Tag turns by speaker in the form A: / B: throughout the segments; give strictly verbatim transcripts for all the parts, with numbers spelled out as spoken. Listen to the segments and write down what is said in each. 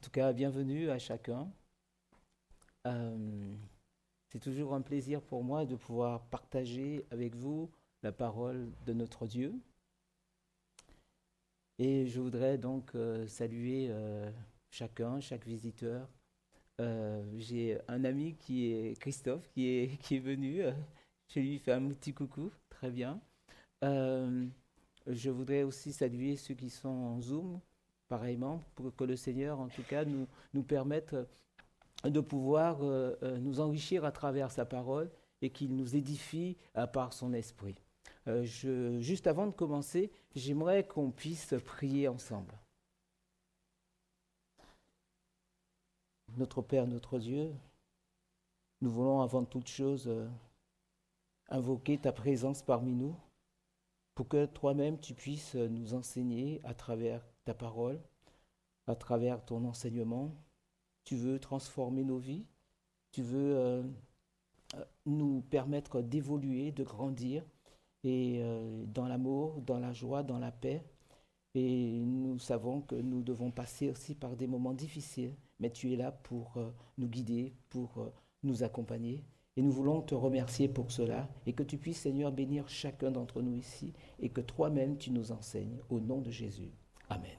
A: tout cas, bienvenue à chacun. Euh, c'est toujours un plaisir pour moi de pouvoir partager avec vous la parole de notre Dieu. Et je voudrais donc euh, saluer euh, chacun, chaque visiteur. Euh, j'ai un ami qui est Christophe, qui est, qui est venu. Euh, je lui fais un petit coucou, très bien. Euh, je voudrais aussi saluer ceux qui sont en Zoom, pareillement, pour que le Seigneur, en tout cas, nous, nous permette de pouvoir euh, euh, nous enrichir à travers sa parole et qu'il nous édifie à par son esprit. Euh, je, juste avant de commencer, j'aimerais qu'on puisse prier ensemble. Notre Père, notre Dieu, nous voulons avant toute chose euh, invoquer ta présence parmi nous pour que toi-même tu puisses nous enseigner à travers ta parole, à travers ton enseignement. Tu veux transformer nos vies, tu veux euh, nous permettre d'évoluer, de grandir, et euh, dans l'amour, dans la joie, dans la paix. Et nous savons que nous devons passer aussi par des moments difficiles, mais tu es là pour euh, nous guider, pour euh, nous accompagner. Et nous voulons te remercier pour cela, et que tu puisses, Seigneur, bénir chacun d'entre nous ici, et que toi-même tu nous enseignes, au nom de Jésus. Amen.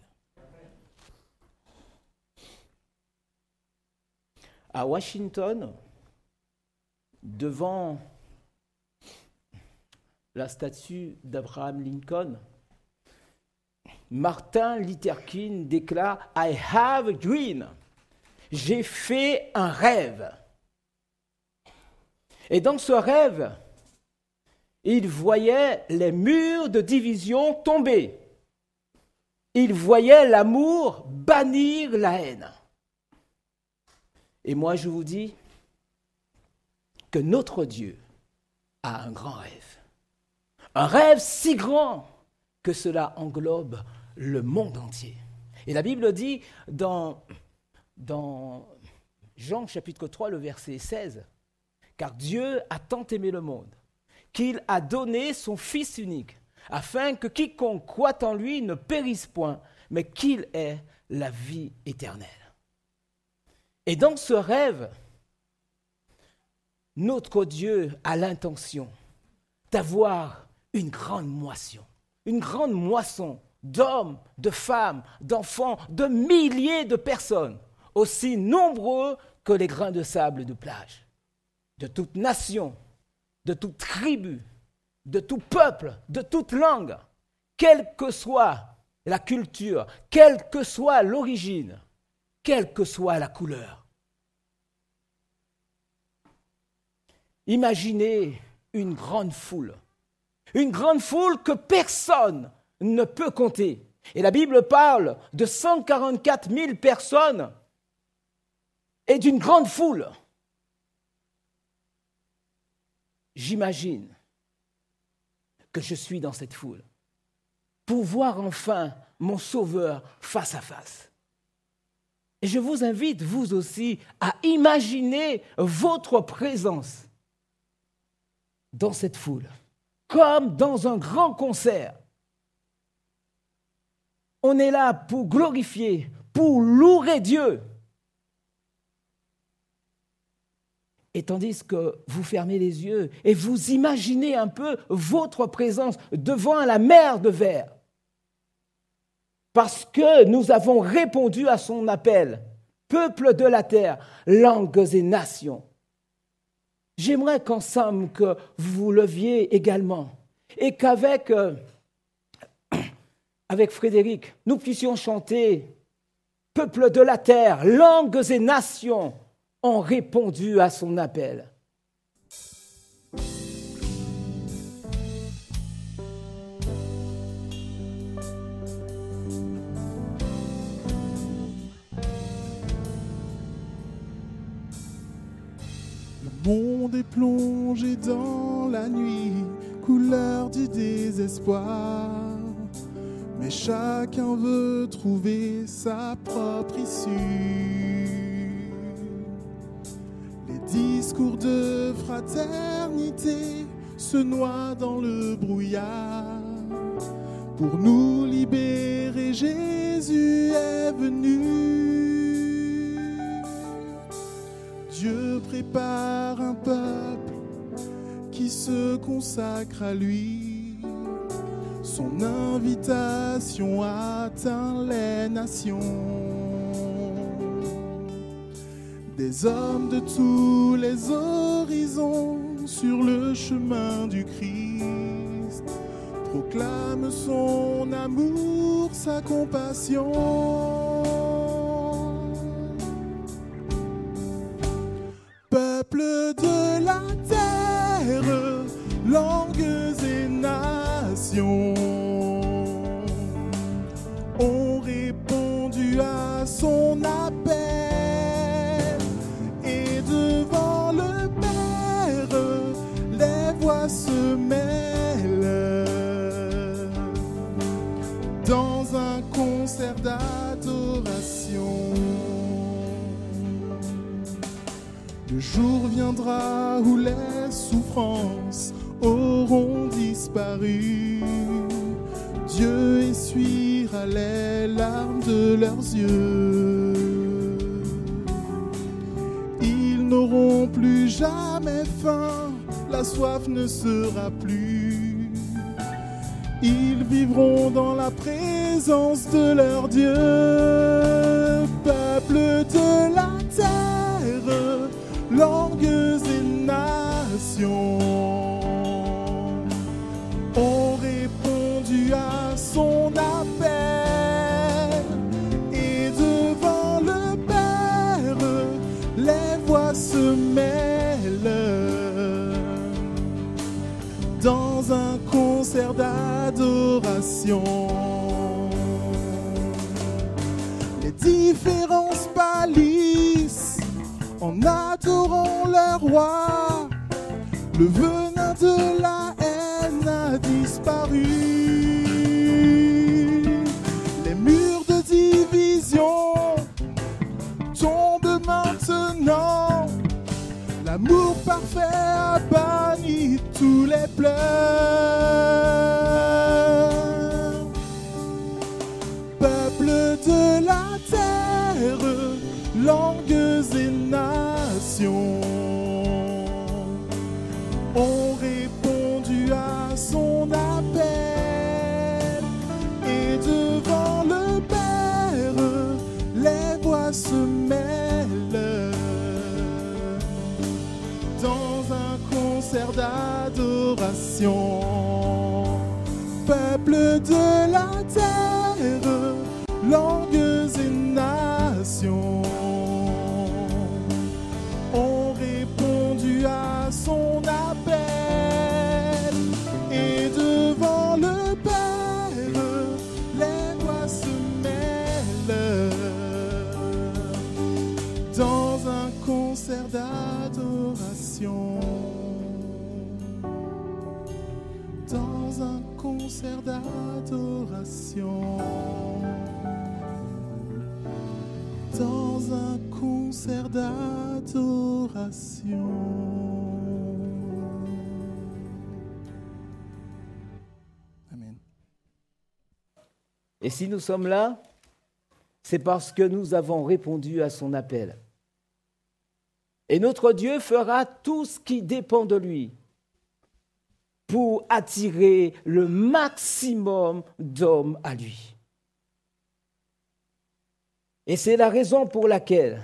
A: À Washington, devant la statue d'Abraham Lincoln, Martin Luther King déclare « I have a dream ». J'ai fait un rêve. Et dans ce rêve, il voyait les murs de division tomber. Il voyait l'amour bannir la haine. Et moi, je vous dis que notre Dieu a un grand rêve. Un rêve si grand que cela englobe le monde entier. Et la Bible dit dans, dans Jean chapitre trois, le verset seize, « Car Dieu a tant aimé le monde, qu'il a donné son Fils unique, afin que quiconque croit en lui ne périsse point, mais qu'il ait la vie éternelle. » Et dans ce rêve, notre Dieu a l'intention d'avoir une grande moisson, une grande moisson d'hommes, de femmes, d'enfants, de milliers de personnes, aussi nombreux que les grains de sable de plage, de toute nation, de toute tribu, de tout peuple, de toute langue, quelle que soit la culture, quelle que soit l'origine, quelle que soit la couleur. Imaginez une grande foule, une grande foule que personne ne peut compter. Et la Bible parle de cent quarante-quatre mille personnes et d'une grande foule. J'imagine que je suis dans cette foule pour voir enfin mon Sauveur face à face. Et je vous invite, vous aussi, à imaginer votre présence dans cette foule, comme dans un grand concert. On est là pour glorifier, pour louer Dieu. Et tandis que vous fermez les yeux et vous imaginez un peu votre présence devant la mer de verre, parce que nous avons répondu à son appel, peuple de la terre, langues et nations. J'aimerais qu'ensemble, que vous vous leviez également et qu'avec euh, avec Frédéric, nous puissions chanter « Peuple de la terre, langues et nations ont répondu à son appel ».
B: Le monde est plongé dans la nuit, couleur du désespoir. Mais chacun veut trouver sa propre issue. Les discours de fraternité se noient dans le brouillard. Pour nous libérer, Jésus est venu. Dieu prépare un peuple qui se consacre à lui. Son invitation atteint les nations. Des hommes de tous les horizons sur le chemin du Christ proclament son amour, sa compassion. Peuple de la terre, langues et nations ont répondu à son appel. Et devant le Père, les voix se mêlent dans un concert d'adoration. Le jour viendra où les souffrances auront disparu. Dieu essuiera les larmes de leurs yeux. Ils n'auront plus jamais faim, la soif ne sera plus. Ils vivront dans la présence de leur Dieu. Peuple de la terre, langues et nations ont répondu à son appel. Et devant le Père, les voix se mêlent dans un concert d'adoration. Les différences pâlissent en adorant le roi. Le venin de la haine a disparu. Les murs de division tombent maintenant. L'amour parfait a banni tous les pleurs. Peuple de la terre, langues et nations ont répondu à son appel. Et devant le Père, les voix se mêlent dans un concert d'adoration. Peuple de la terre, langues et nations ont répondu à son appel. Et devant le Père, les voix se mêlent dans un concert d'adoration. Dans un concert d'adoration. Dans un concert d'adoration. Amen.
A: Et si nous sommes là, c'est parce que nous avons répondu à son appel. Et notre Dieu fera tout ce qui dépend de lui pour attirer le maximum d'hommes à lui. Et c'est la raison pour laquelle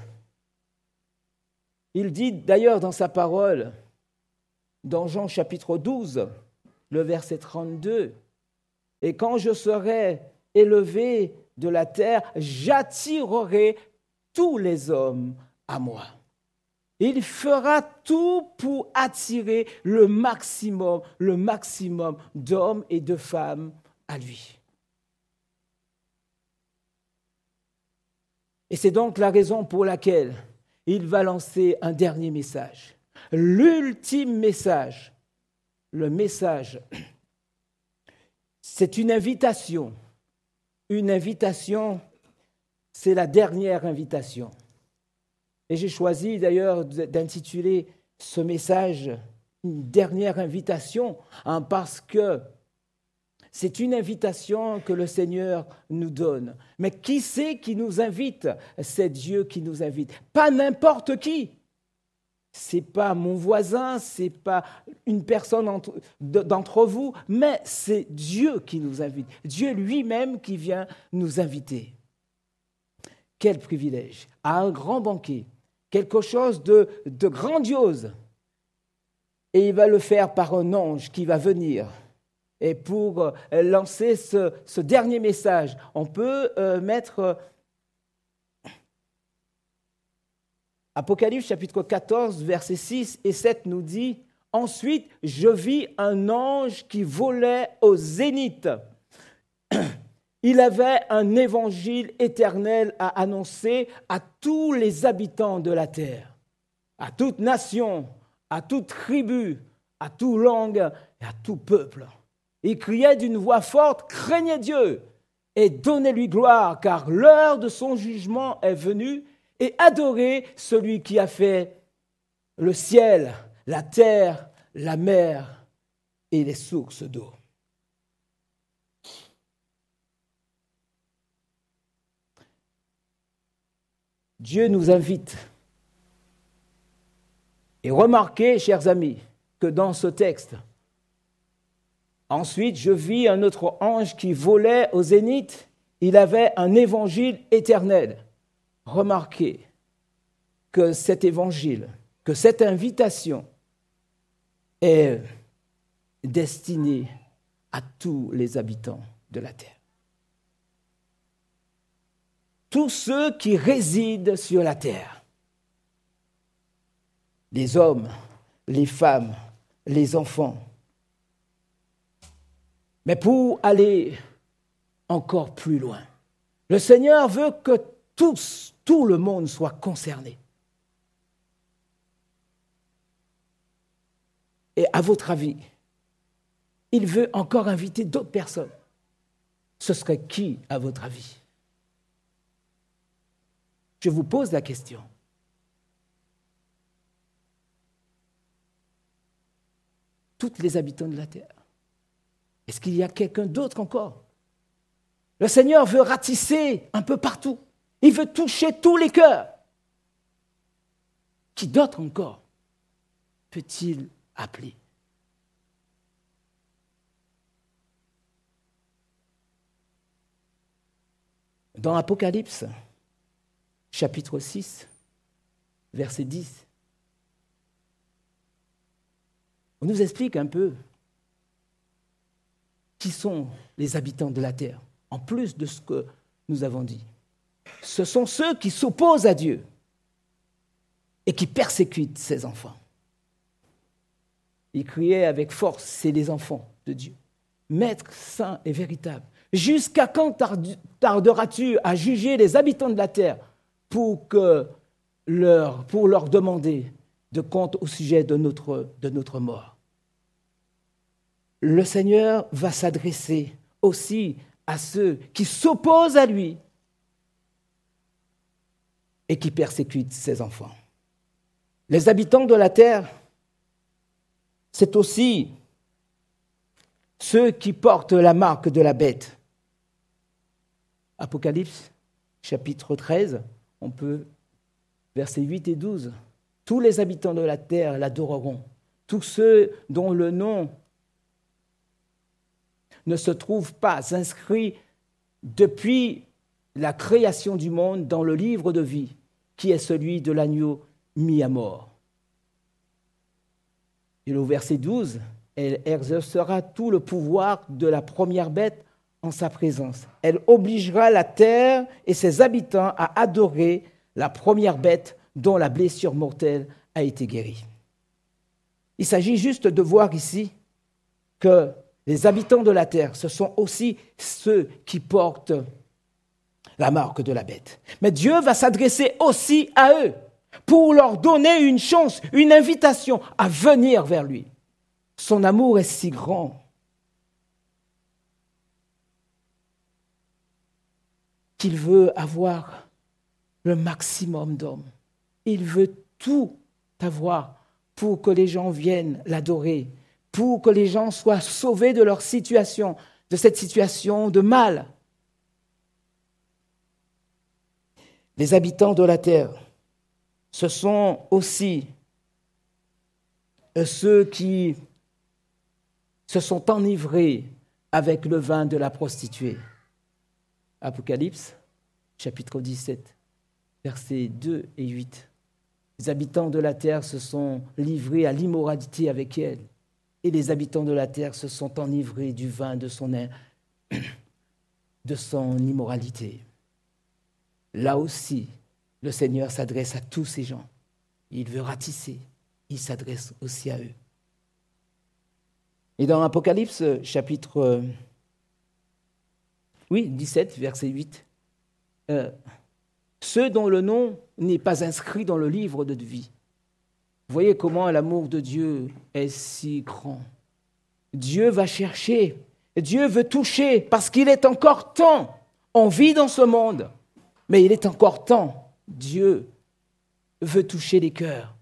A: il dit d'ailleurs dans sa parole, dans Jean chapitre douze, le verset trente-deux, « Et quand je serai élevé de la terre, j'attirerai tous les hommes à moi. » Il fera tout pour attirer le maximum, le maximum d'hommes et de femmes à lui. Et c'est donc la raison pour laquelle il va lancer un dernier message, l'ultime message. Le message, c'est une invitation. Une invitation, c'est la dernière invitation. Et j'ai choisi d'ailleurs d'intituler ce message « Une dernière invitation hein, » parce que c'est une invitation que le Seigneur nous donne. Mais qui c'est qui nous invite ? C'est Dieu qui nous invite. Pas n'importe qui. c'est pas mon voisin, c'est pas une personne entre, d'entre vous, mais c'est Dieu qui nous invite, Dieu lui-même qui vient nous inviter. Quel privilège, à un grand banquet, quelque chose de, de grandiose. Et il va le faire par un ange qui va venir. Et pour lancer ce, ce dernier message, on peut euh, mettre euh, Apocalypse chapitre quatorze, versets six et sept nous dit « Ensuite, je vis un ange qui volait au zénith. Il avait un évangile éternel à annoncer à tous les habitants de la terre, à toute nation, à toute tribu, à toute langue et à tout peuple. Il criait d'une voix forte, « Craignez Dieu et donnez-lui gloire, car l'heure de son jugement est venue, et adorez celui qui a fait le ciel, la terre, la mer et les sources d'eau. » Dieu nous invite. Et remarquez, chers amis, que dans ce texte, ensuite, je vis un autre ange qui volait au zénith. Il avait un évangile éternel. Remarquez que cet évangile, que cette invitation est destinée à tous les habitants de la terre. Tous ceux qui résident sur la terre. Les hommes, les femmes, les enfants. Mais pour aller encore plus loin, le Seigneur veut que tous, tout le monde soit concerné. Et à votre avis, il veut encore inviter d'autres personnes. Ce serait qui, à votre avis? Je vous pose la question. Tous les habitants de la terre. Est-ce qu'il y a quelqu'un d'autre encore? Le Seigneur veut ratisser un peu partout. Il veut toucher tous les cœurs. Qui d'autre encore peut-il appeler? Dans Apocalypse, chapitre six, verset dix, on nous explique un peu qui sont les habitants de la terre, en plus de ce que nous avons dit. Ce sont ceux qui s'opposent à Dieu et qui persécutent ses enfants. Il criait avec force, c'est les enfants de Dieu. Maître saint et véritable, jusqu'à quand tarderas-tu à juger les habitants de la terre pour, que leur, pour leur demander de compte au sujet de notre, de notre mort? Le Seigneur va s'adresser aussi à ceux qui s'opposent à lui et qui persécutent ses enfants. Les habitants de la terre, c'est aussi ceux qui portent la marque de la bête. Apocalypse, chapitre treize, on peut, versets huit et douze. Tous les habitants de la terre l'adoreront. Tous ceux dont le nom ne se trouve pas inscrit depuis la création du monde dans le livre de vie, qui est celui de l'agneau mis à mort. Et au verset douze, elle exercera tout le pouvoir de la première bête en sa présence. Elle obligera la terre et ses habitants à adorer la première bête dont la blessure mortelle a été guérie. Il s'agit juste de voir ici que les habitants de la terre, ce sont aussi ceux qui portent la marque de la bête. Mais Dieu va s'adresser aussi à eux pour leur donner une chance, une invitation à venir vers lui. Son amour est si grand qu'il veut avoir le maximum d'hommes. Il veut tout avoir pour que les gens viennent l'adorer, pour que les gens soient sauvés de leur situation, de cette situation de mal. Les habitants de la terre, ce sont aussi ceux qui se sont enivrés avec le vin de la prostituée. Apocalypse, chapitre dix-sept, versets deux et huit. Les habitants de la terre se sont livrés à l'immoralité avec elle, et les habitants de la terre se sont enivrés du vin de son, de son immoralité. Là aussi, le Seigneur s'adresse à tous ces gens. Il veut ratisser, il s'adresse aussi à eux. Et dans Apocalypse, chapitre oui, dix-sept, verset huit, euh, ceux dont le nom n'est pas inscrit dans le livre de vie. Vous voyez comment l'amour de Dieu est si grand. Dieu va chercher, Dieu veut toucher, parce qu'il est encore temps. On vit dans ce monde, mais il est encore temps. Dieu veut toucher les cœurs.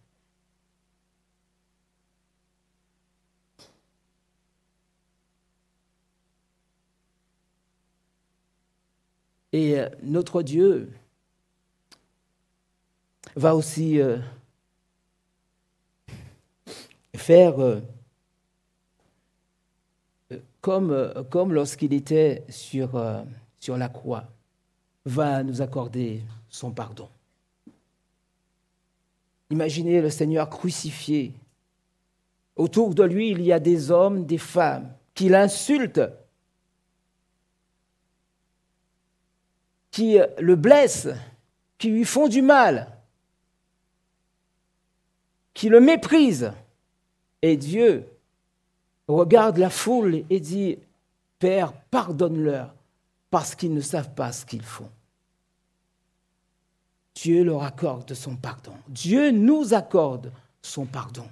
A: Et euh, notre Dieu va aussi euh, faire euh, comme, euh, comme lorsqu'il était sur, euh, sur la croix, va nous accorder son pardon. Imaginez le Seigneur crucifié. Autour de lui, il y a des hommes, des femmes qui l'insultent, qui le blessent, qui lui font du mal, qui le méprisent. Et Dieu regarde la foule et dit, « Père, pardonne-leur, parce qu'ils ne savent pas ce qu'ils font. » Dieu leur accorde son pardon. Dieu nous accorde son pardon.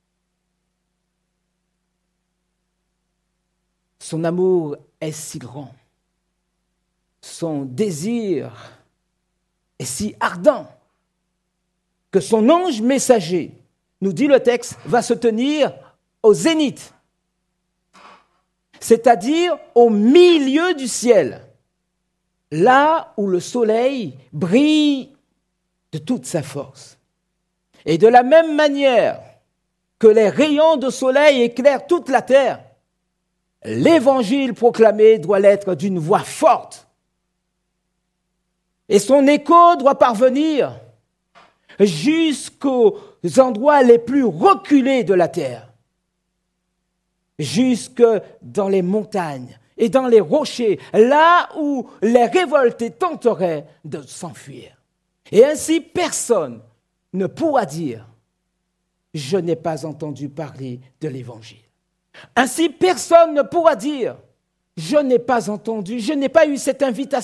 A: Son amour est si grand. Son désir est si ardent que son ange messager, nous dit le texte, va se tenir au zénith, c'est-à-dire au milieu du ciel, là où le soleil brille de toute sa force. Et de la même manière que les rayons de soleil éclairent toute la terre, l'évangile proclamé doit l'être d'une voix forte. Et son écho doit parvenir jusqu'aux endroits les plus reculés de la terre, jusque dans les montagnes et dans les rochers, là où les révoltés tenteraient de s'enfuir. Et ainsi, personne ne pourra dire « Je n'ai pas entendu parler de l'Évangile ». Ainsi, personne ne pourra dire « Je n'ai pas entendu, je n'ai pas eu cette invitation ».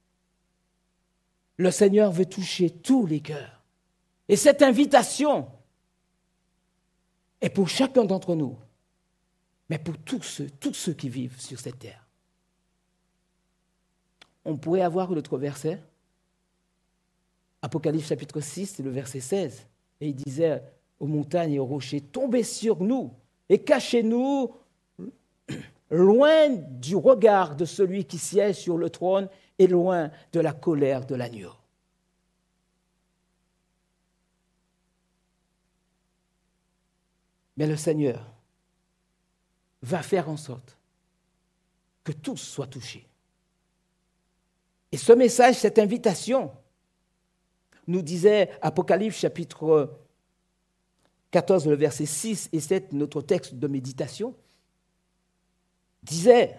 A: Le Seigneur veut toucher tous les cœurs. Et cette invitation est pour chacun d'entre nous, mais pour tous ceux, tous ceux qui vivent sur cette terre. On pourrait avoir l'autre verset, Apocalypse chapitre six, le verset seize. Et il disait aux montagnes et aux rochers, tombez sur nous et cachez-nous loin du regard de celui qui siège sur le trône et loin de la colère de l'agneau. Mais le Seigneur va faire en sorte que tous soient touchés. Et ce message, cette invitation, nous disait Apocalypse chapitre quatorze, le verset six et sept, notre texte de méditation, disait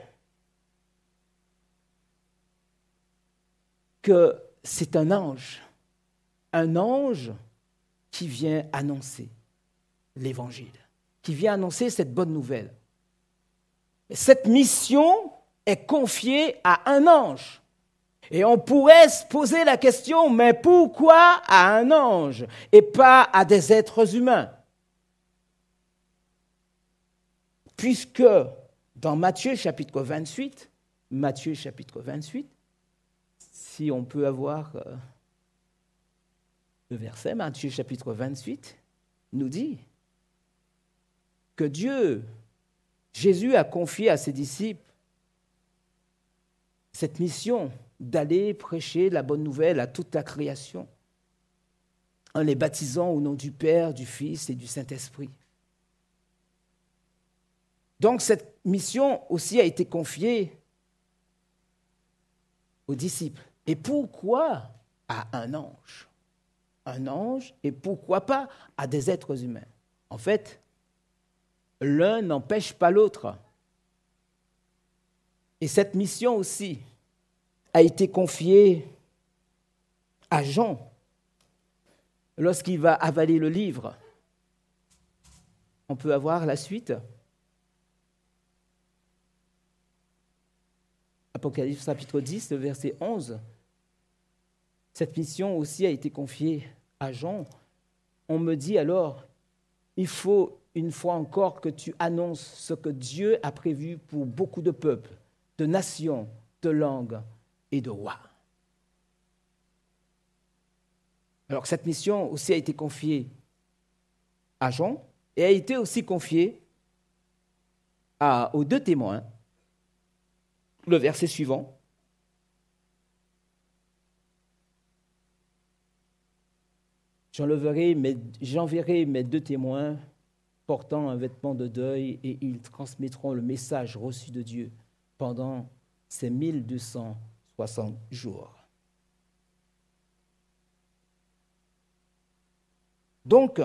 A: que c'est un ange, un ange qui vient annoncer l'Évangile, qui vient annoncer cette bonne nouvelle. Cette mission est confiée à un ange. Et on pourrait se poser la question, mais pourquoi à un ange et pas à des êtres humains? Puisque dans Matthieu chapitre vingt-huit, Matthieu chapitre vingt-huit, si on peut avoir euh, le verset, Matthieu chapitre vingt-huit, nous dit que Dieu, Jésus a confié à ses disciples cette mission d'aller prêcher la bonne nouvelle à toute la création, en les baptisant au nom du Père, du Fils et du Saint-Esprit. Donc cette mission aussi a été confiée aux disciples. Et pourquoi à un ange? Un ange, et pourquoi pas à des êtres humains? En fait, l'un n'empêche pas l'autre. Et cette mission aussi a été confiée à Jean lorsqu'il va avaler le livre. On peut avoir la suite. Apocalypse chapitre dix, verset onze. Cette mission aussi a été confiée à Jean. On me dit alors, il faut une fois encore que tu annonces ce que Dieu a prévu pour beaucoup de peuples, de nations, de langues et de rois. Alors cette mission aussi a été confiée à Jean et a été aussi confiée à, aux deux témoins. Le verset suivant. J'enverrai mes, j'enverrai mes deux témoins portant un vêtement de deuil et ils transmettront le message reçu de Dieu pendant ces mille deux cent soixante jours. Donc,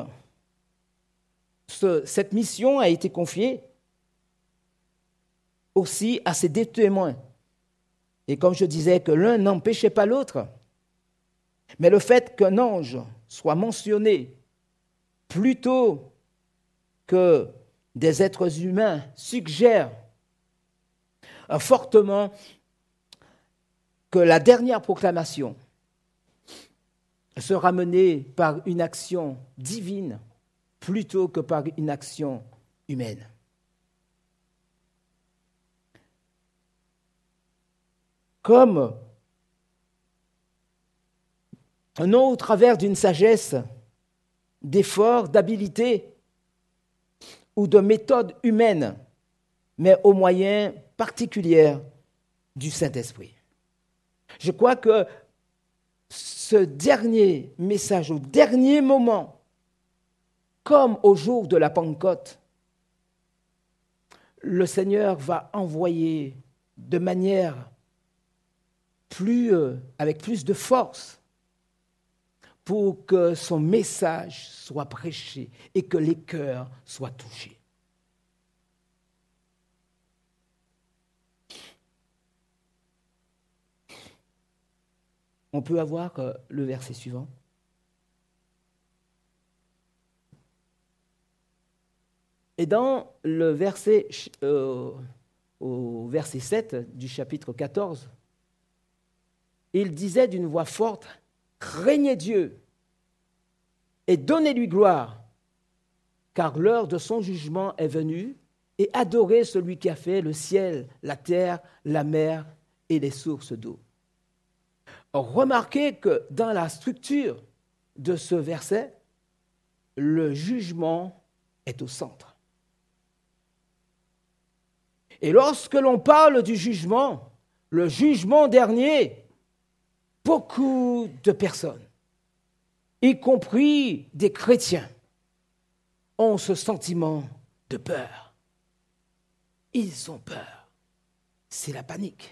A: ce, cette mission a été confiée aussi à ces deux témoins. Et comme je disais, que l'un n'empêchait pas l'autre, mais le fait qu'un ange soit mentionné plutôt que des êtres humains suggère fortement que la dernière proclamation sera menée par une action divine plutôt que par une action humaine. Comme non au travers d'une sagesse, d'efforts, d'habileté ou de méthodes humaines, mais au moyen particulier du Saint-Esprit. Je crois que ce dernier message, au dernier moment, comme au jour de la Pentecôte, le Seigneur va envoyer de manière plus, euh, avec plus de force pour que son message soit prêché et que les cœurs soient touchés. On peut avoir euh, le verset suivant. Et dans le verset, euh, au verset sept du chapitre quatorze, il disait d'une voix forte, « Craignez Dieu et donnez-lui gloire, car l'heure de son jugement est venue, et adorez celui qui a fait le ciel, la terre, la mer et les sources d'eau. » Remarquez que dans la structure de ce verset, le jugement est au centre. Et lorsque l'on parle du jugement, le jugement dernier, beaucoup de personnes, y compris des chrétiens, ont ce sentiment de peur. Ils ont peur. C'est la panique.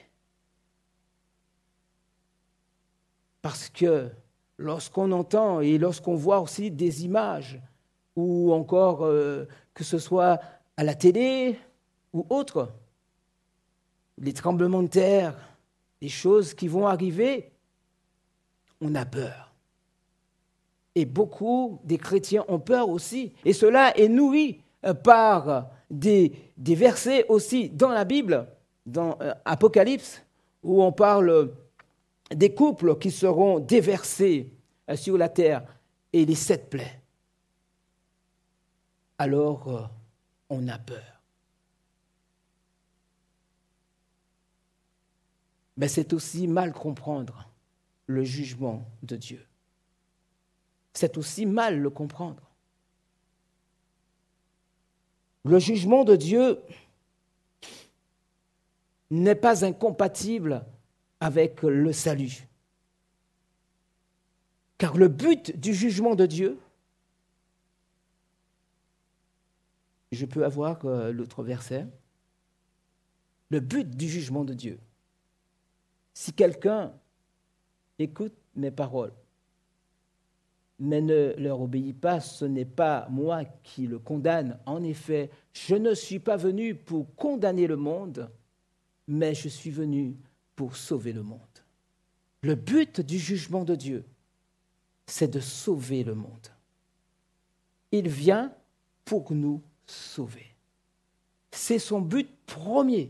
A: Parce que lorsqu'on entend et lorsqu'on voit aussi des images, ou encore euh, que ce soit à la télé ou autre, les tremblements de terre, les choses qui vont arriver, on a peur. Et beaucoup des chrétiens ont peur aussi. Et cela est nourri par des, des versets aussi dans la Bible, dans euh, Apocalypse, où on parle des couples qui seront déversés euh, sur la terre et les sept plaies. Alors, euh, on a peur. Mais c'est aussi mal comprendre le jugement de Dieu. C'est aussi mal le comprendre. Le jugement de Dieu n'est pas incompatible avec le salut. Car le but du jugement de Dieu je peux avoir euh, l'autre verset. Le but du jugement de Dieu. Si quelqu'un écoute mes paroles, mais ne leur obéit pas, ce n'est pas moi qui le condamne. En effet, je ne suis pas venu pour condamner le monde, mais je suis venu pour sauver le monde. Le but du jugement de Dieu, c'est de sauver le monde. Il vient pour nous sauver. C'est son but premier.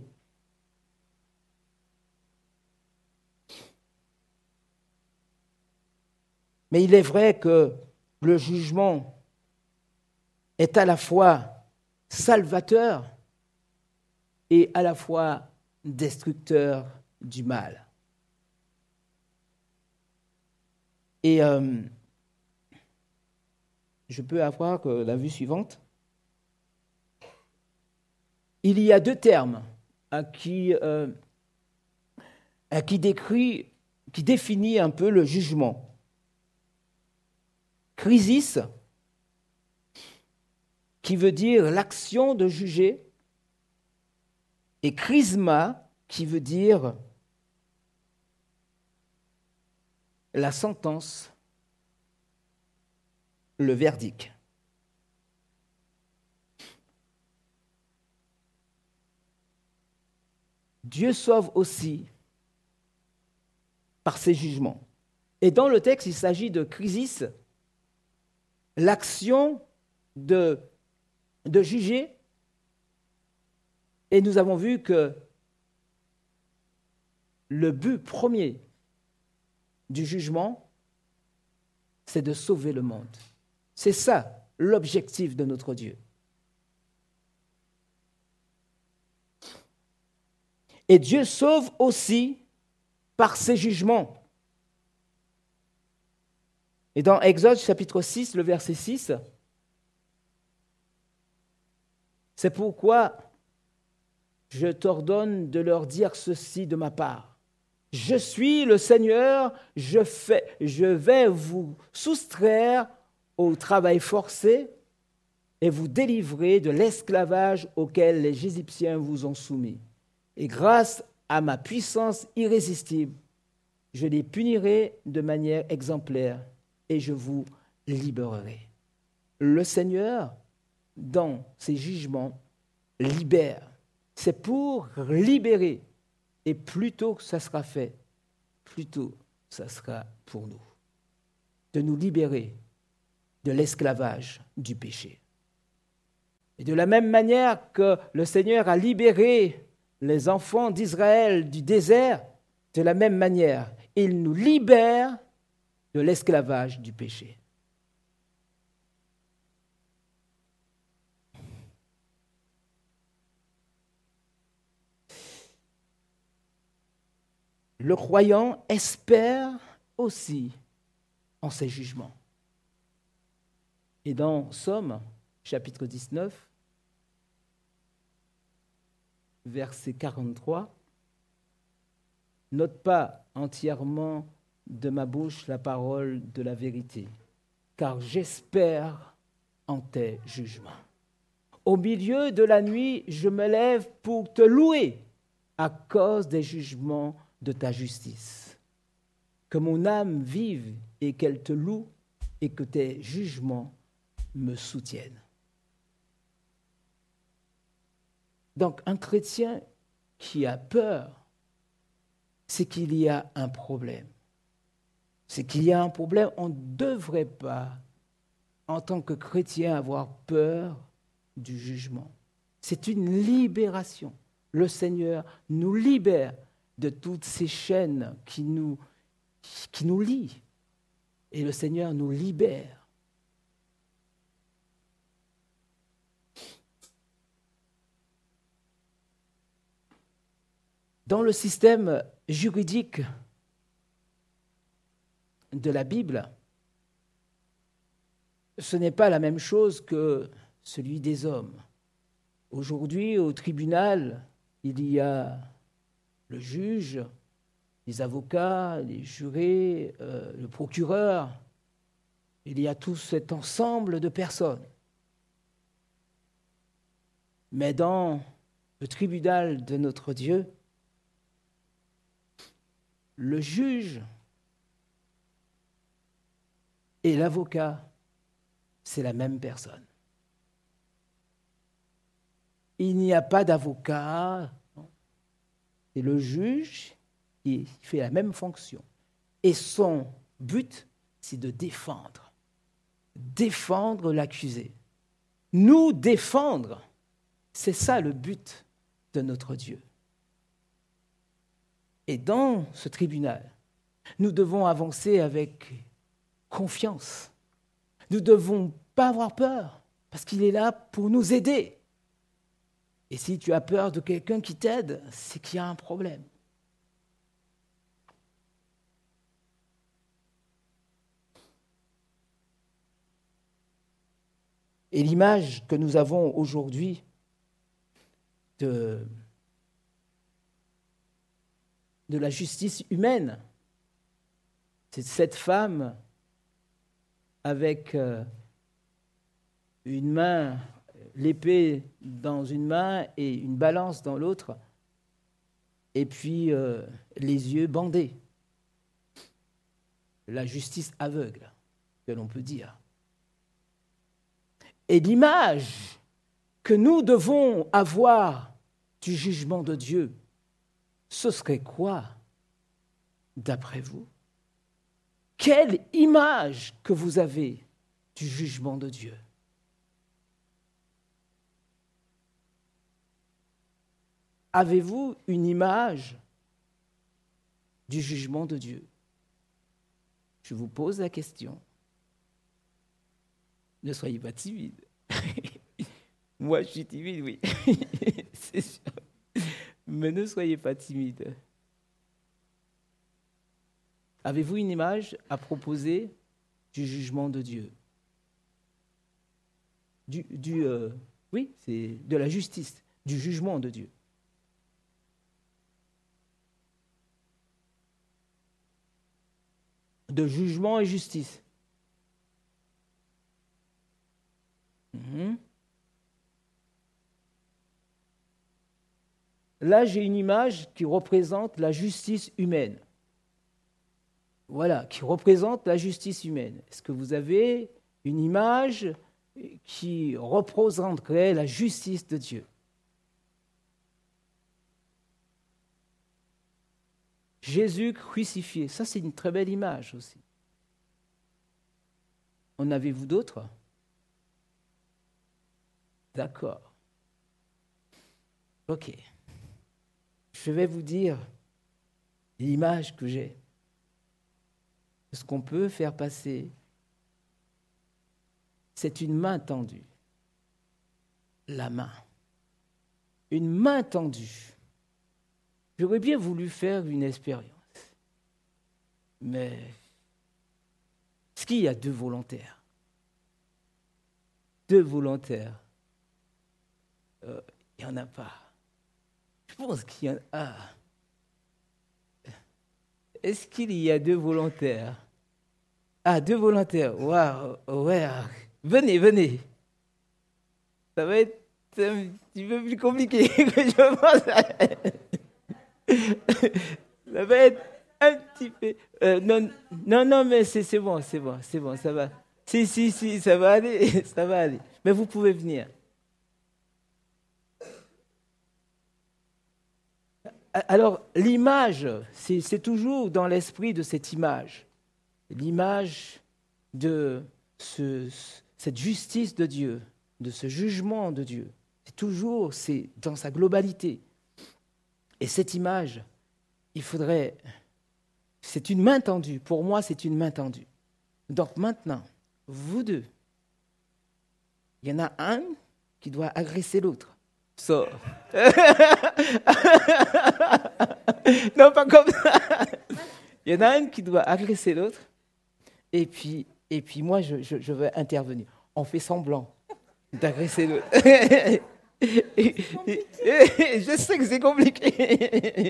A: Mais il est vrai que le jugement est à la fois salvateur et à la fois destructeur du mal. Et euh, je peux avoir euh, la vue suivante. Il y a deux termes hein, qui, euh, qui, décrit, qui définit un peu le jugement. Crisis, qui veut dire l'action de juger, et chrisma, qui veut dire la sentence, le verdict. Dieu sauve aussi par ses jugements. Et dans le texte, il s'agit de crisis, l'action de, de juger. Et nous avons vu que le but premier du jugement, c'est de sauver le monde. C'est ça l'objectif de notre Dieu. Et Dieu sauve aussi par ses jugements. Et dans Exode chapitre six, le verset six, c'est pourquoi je t'ordonne de leur dire ceci de ma part. Je suis le Seigneur, je, fais, je vais vous soustraire au travail forcé et vous délivrer de l'esclavage auquel les Égyptiens vous ont soumis. Et grâce à ma puissance irrésistible, je les punirai de manière exemplaire et je vous libérerai. Le Seigneur, dans ses jugements, libère. C'est pour libérer. Et plus tôt que ça sera fait, plus tôt ça sera pour nous. De nous libérer de l'esclavage du péché. Et de la même manière que le Seigneur a libéré les enfants d'Israël du désert, de la même manière, il nous libère de l'esclavage du péché. Le croyant espère aussi en ses jugements. Et dans Psaume, chapitre dix-neuf, verset quarante-trois, « N'ôte pas entièrement de ma bouche la parole de la vérité, car j'espère en tes jugements. Au milieu de la nuit, je me lève pour te louer à cause des jugements de ta justice. Que mon âme vive et qu'elle te loue et que tes jugements me soutiennent. » Donc, un chrétien qui a peur, c'est qu'il y a un problème. C'est qu'il y a un problème. On ne devrait pas, en tant que chrétien, avoir peur du jugement. C'est une libération. Le Seigneur nous libère de toutes ces chaînes qui nous, qui nous lient. Et le Seigneur nous libère. Dans le système juridique de la Bible, ce n'est pas la même chose que celui des hommes. Aujourd'hui, au tribunal, il y a le juge, les avocats, les jurés, euh, le procureur. Il y a tout cet ensemble de personnes. Mais dans le tribunal de notre Dieu, le juge et l'avocat, c'est la même personne. Il n'y a pas d'avocat, c'est le juge qui fait la même fonction. Et son but, c'est de défendre. Défendre l'accusé. Nous défendre, c'est ça le but de notre Dieu. Et dans ce tribunal, nous devons avancer avec confiance. Nous ne devons pas avoir peur, parce qu'il est là pour nous aider. Et si tu as peur de quelqu'un qui t'aide, c'est qu'il y a un problème. Et l'image que nous avons aujourd'hui de, de la justice humaine, c'est cette femme avec euh, une main, l'épée dans une main et une balance dans l'autre, et puis euh, les yeux bandés. La justice aveugle, que l'on peut dire. Et l'image que nous devons avoir du jugement de Dieu, ce serait quoi, d'après vous? Quelle image que vous avez du jugement de Dieu? Avez-vous une image du jugement de Dieu? Je vous pose la question. Ne soyez pas timide. Moi, je suis timide, oui. C'est sûr. Mais ne soyez pas timide. Avez-vous une image à proposer du jugement de Dieu? Du, du euh, oui, c'est de la justice, du jugement de Dieu. De jugement et justice. Mmh. Là, j'ai une image qui représente la justice humaine. Voilà, qui représente la justice humaine. Est-ce que vous avez une image qui représenterait la justice de Dieu? Jésus crucifié, ça c'est une très belle image aussi. En avez-vous d'autres? D'accord. Ok. Je vais vous dire l'image que j'ai. Ce qu'on peut faire passer, c'est une main tendue. La main. Une main tendue. J'aurais bien voulu faire une expérience. Mais est-ce qu'il y a deux volontaires? Deux volontaires. Euh, il n'y en a pas. Je pense qu'il y en a. Est-ce qu'il y a deux volontaires? Ah, deux volontaires. Waouh, ouais. Venez, venez. Ça va être un petit peu plus compliqué que je pense. Ça va être un petit peu... Euh, non, non, non, mais c'est, c'est bon, c'est bon, c'est bon, ça va. Si, si, si, ça va aller, ça va aller. Mais vous pouvez venir. Alors, l'image, c'est, c'est toujours dans l'esprit de cette image. L'image de ce, cette justice de Dieu, de ce jugement de Dieu. C'est toujours c'est dans sa globalité. Et cette image, il faudrait... C'est une main tendue. Pour moi, c'est une main tendue. Donc maintenant, vous deux, il y en a un qui doit agresser l'autre. Sors. Non, pas comme ça. Il y en a un qui doit agresser l'autre. Et puis, et puis moi, je, je, je veux intervenir. On fait semblant d'agresser l'autre. Je sais que c'est compliqué.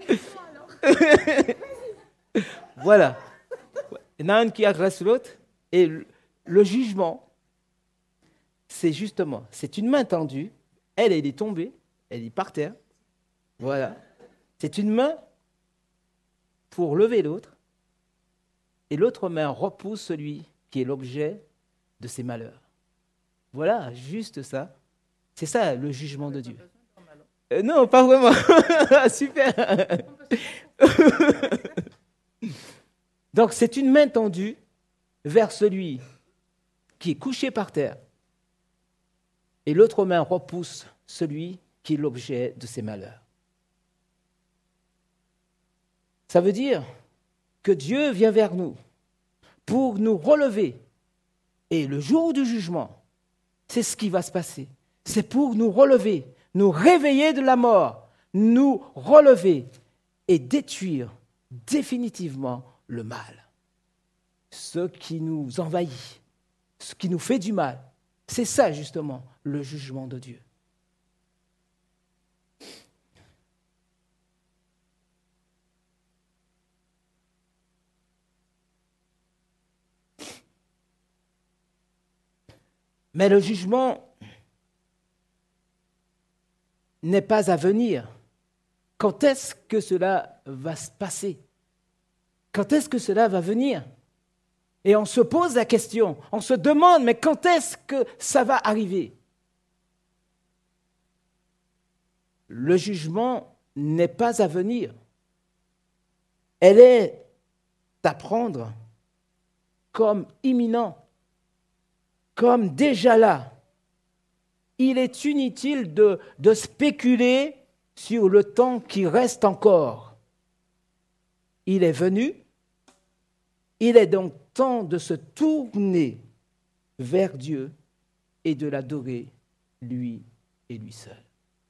A: Voilà. Il y en a un qui agresse l'autre. Et le, le jugement, c'est justement, c'est une main tendue. Elle, elle est tombée, elle est par terre. Voilà. C'est une main pour lever l'autre, et l'autre main repousse celui qui est l'objet de ses malheurs. Voilà, juste ça. C'est ça le jugement de Dieu. Euh, non, pas vraiment. Super. Donc c'est une main tendue vers celui qui est couché par terre, et l'autre main repousse celui qui est l'objet de ses malheurs. Ça veut dire que Dieu vient vers nous pour nous relever. Et le jour du jugement, c'est ce qui va se passer. C'est pour nous relever, nous réveiller de la mort, nous relever et détruire définitivement le mal. Ce qui nous envahit, ce qui nous fait du mal, c'est ça justement le jugement de Dieu. Mais le jugement n'est pas à venir. Quand est-ce que cela va se passer? Quand est-ce que cela va venir? Et on se pose la question, on se demande, mais quand est-ce que ça va arriver? Le jugement n'est pas à venir. Elle est à prendre comme imminent, comme déjà là. Il est inutile de, de spéculer sur le temps qui reste encore. Il est venu, il est donc temps de se tourner vers Dieu et de l'adorer, lui et lui seul.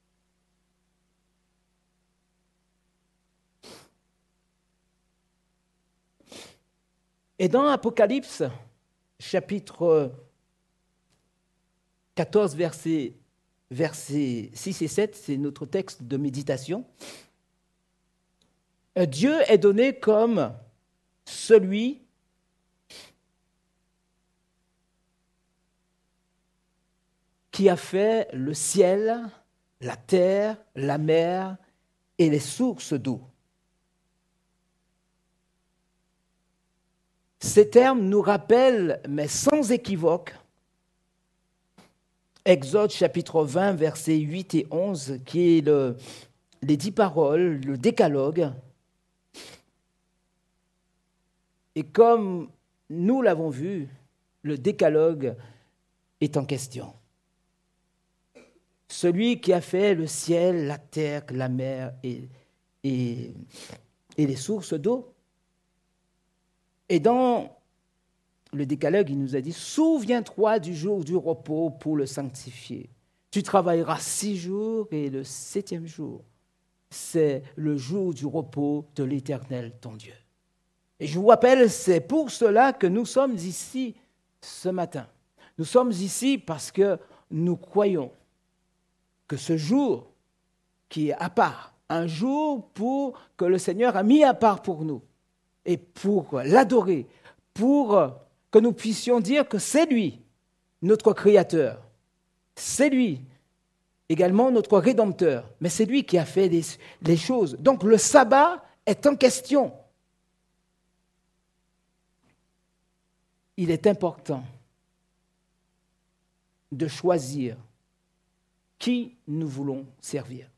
A: Et dans Apocalypse, chapitre quatorze, versets, versets six et sept, c'est notre texte de méditation. Dieu est donné comme celui qui a fait le ciel, la terre, la mer et les sources d'eau. Ces termes nous rappellent, mais sans équivoque, Exode chapitre vingt, versets huit et onze, qui est le, les dix paroles, le décalogue. Et comme nous l'avons vu, le décalogue est en question. Celui qui a fait le ciel, la terre, la mer et, et, et les sources d'eau. Et dans le décalogue, il nous a dit « Souviens-toi du jour du repos pour le sanctifier. Tu travailleras six jours et le septième jour, c'est le jour du repos de l'Éternel, ton Dieu. » Et je vous rappelle, c'est pour cela que nous sommes ici ce matin. Nous sommes ici parce que nous croyons que ce jour qui est à part, un jour pour que le Seigneur a mis à part pour nous, et pour l'adorer, pour que nous puissions dire que c'est lui, notre Créateur. C'est lui, également notre Rédempteur. Mais c'est lui qui a fait les, les choses. Donc le sabbat est en question. Il est important de choisir qui nous voulons servir.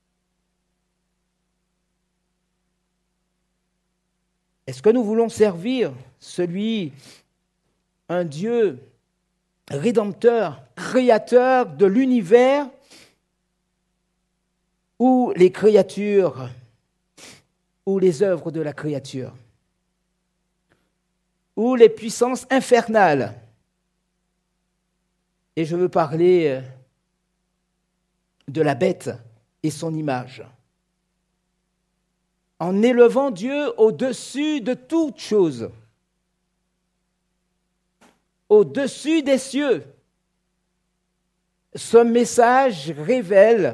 A: Est-ce que nous voulons servir celui, un Dieu rédempteur, créateur de l'univers, ou les créatures, ou les œuvres de la créature, ou les puissances infernales? Et je veux parler de la bête et son image. En élevant Dieu au-dessus de toute chose, au-dessus des cieux. Ce message révèle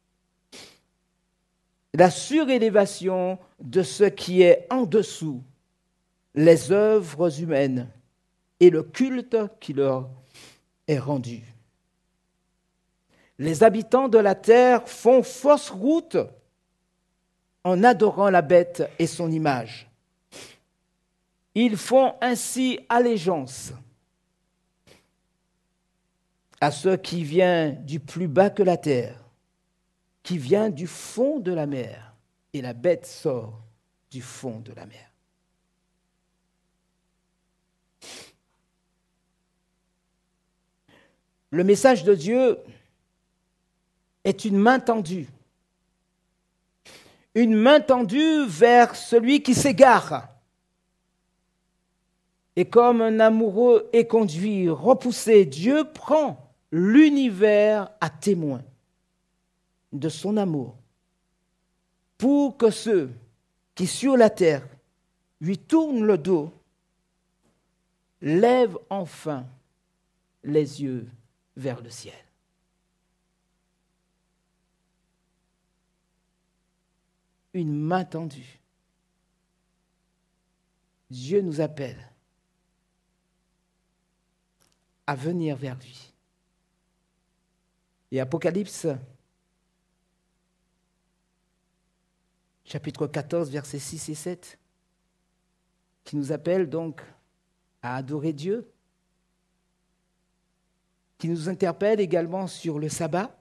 A: la surélévation de ce qui est en dessous, les œuvres humaines et le culte qui leur est rendu. Les habitants de la terre font fausse route en adorant la bête et son image. Ils font ainsi allégeance à ce qui vient du plus bas que la terre, qui vient du fond de la mer, et la bête sort du fond de la mer. Le message de Dieu est une main tendue. Une main tendue vers celui qui s'égare. Et comme un amoureux est conduit, repoussé, Dieu prend l'univers à témoin de son amour pour que ceux qui sur la terre lui tournent le dos lèvent enfin les yeux vers le ciel. Une main tendue. Dieu nous appelle à venir vers lui. Et Apocalypse, chapitre quatorze, versets six et sept, qui nous appelle donc à adorer Dieu, qui nous interpelle également sur le sabbat,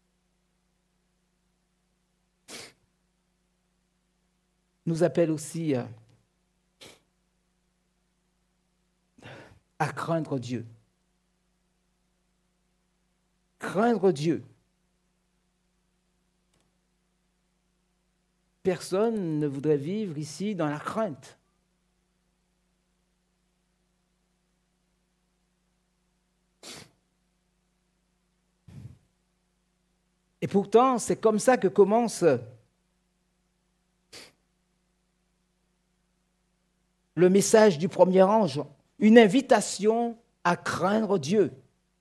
A: nous appelle aussi à, à craindre Dieu. Craindre Dieu. Personne ne voudrait vivre ici dans la crainte. Et pourtant, c'est comme ça que commence le message du premier ange, une invitation à craindre Dieu.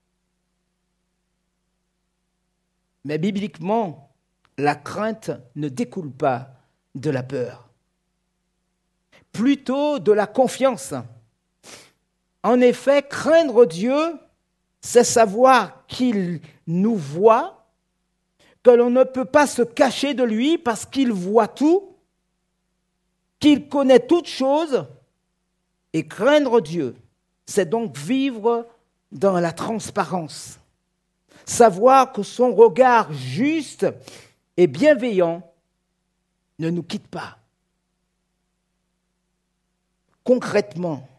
A: Mais bibliquement, la crainte ne découle pas de la peur, plutôt de la confiance. En effet, craindre Dieu, c'est savoir qu'il nous voit, que l'on ne peut pas se cacher de lui parce qu'il voit tout, qu'il connaît toutes choses. Et craindre Dieu, c'est donc vivre dans la transparence. Savoir que son regard juste et bienveillant ne nous quitte pas. Concrètement,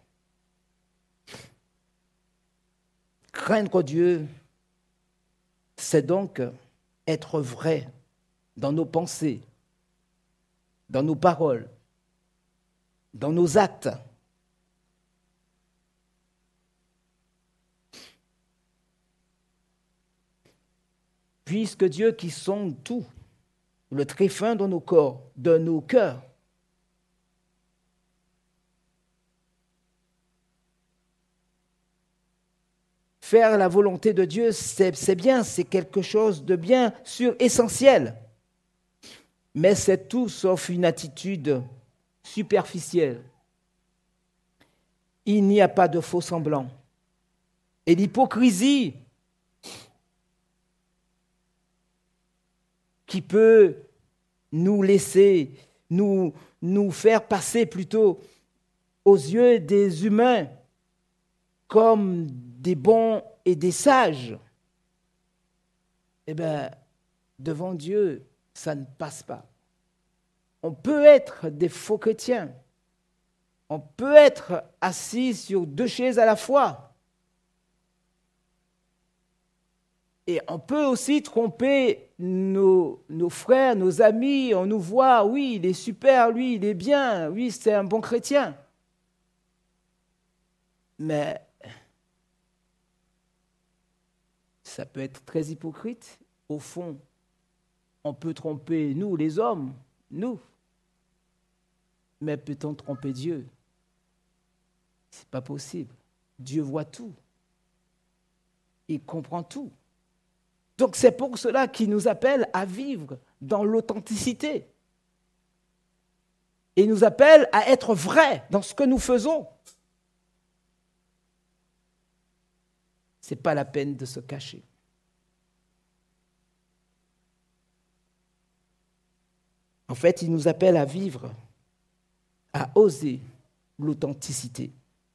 A: craindre Dieu, c'est donc être vrai dans nos pensées, dans nos paroles, dans nos actes. Puisque Dieu qui sonde tout, le tréfin de nos corps, de nos cœurs, faire la volonté de Dieu, c'est, c'est bien, c'est quelque chose de bien sûr essentiel. Mais c'est tout sauf une attitude superficielle. Il n'y a pas de faux semblants. Et l'hypocrisie qui peut nous laisser, nous, nous faire passer plutôt aux yeux des humains comme des bons et des sages, eh bien, devant Dieu, ça ne passe pas. On peut être des faux chrétiens. On peut être assis sur deux chaises à la fois. Et on peut aussi tromper nos, nos frères, nos amis. On nous voit, oui, il est super, lui, il est bien, oui, c'est un bon chrétien. Mais ça peut être très hypocrite. Au fond, on peut tromper nous, les hommes, nous. Mais peut-on tromper Dieu? Ce n'est pas possible. Dieu voit tout. Il comprend tout. Donc c'est pour cela qu'il nous appelle à vivre dans l'authenticité. Et il nous appelle à être vrais dans ce que nous faisons. Ce n'est pas la peine de se cacher. En fait, il nous appelle à vivre, à oser l'authenticité.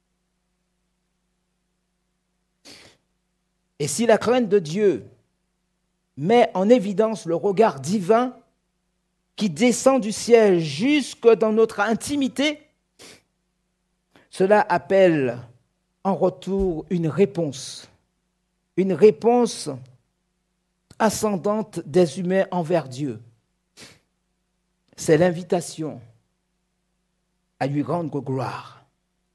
A: Et si la crainte de Dieu met en évidence le regard divin qui descend du ciel jusque dans notre intimité, cela appelle en retour une réponse, une réponse ascendante des humains envers Dieu. C'est l'invitation à lui rendre gloire.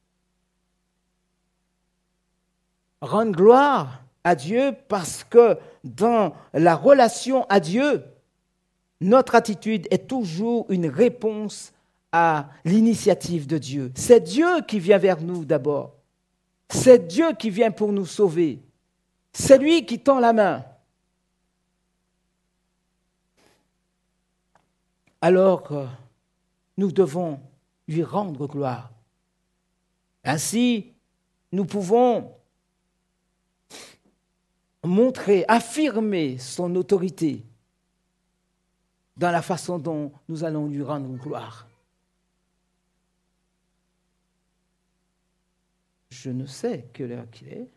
A: Rendre gloire à Dieu parce que dans la relation à Dieu, notre attitude est toujours une réponse à l'initiative de Dieu. C'est Dieu qui vient vers nous d'abord. C'est Dieu qui vient pour nous sauver. C'est lui qui tend la main. Alors, euh, nous devons lui rendre gloire. Ainsi, nous pouvons montrer, affirmer son autorité dans la façon dont nous allons lui rendre gloire. Je ne sais quelle heure qu'il est.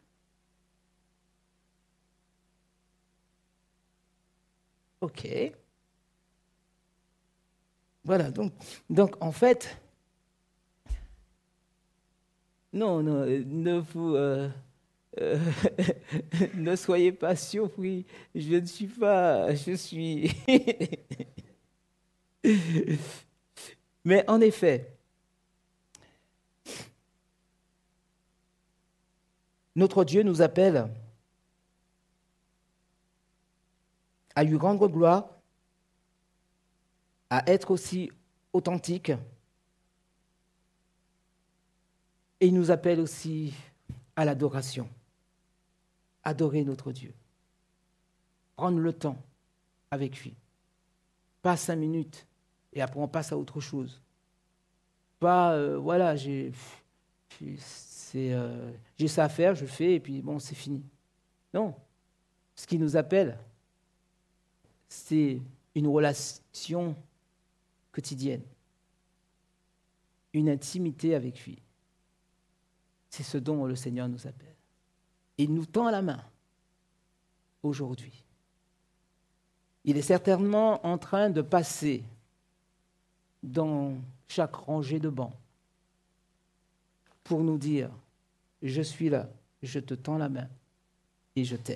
A: Ok. Voilà, donc, donc en fait, non, non, ne vous, euh, euh, ne soyez pas surpris. Je ne suis pas, je suis. Mais en effet, notre Dieu nous appelle à lui rendre gloire, à être aussi authentique, et il nous appelle aussi à l'adoration. Adorer notre Dieu. Prendre le temps avec lui. Pas cinq minutes, et après on passe à autre chose. Pas, euh, voilà, j'ai, c'est, euh, j'ai ça à faire, je le fais, et puis bon, c'est fini. Non. Ce qui nous appelle, c'est une relation quotidienne, une intimité avec lui. C'est ce dont le Seigneur nous appelle. Il nous tend la main aujourd'hui. Il est certainement en train de passer dans chaque rangée de bancs pour nous dire « Je suis là, je te tends la main et je t'aime ».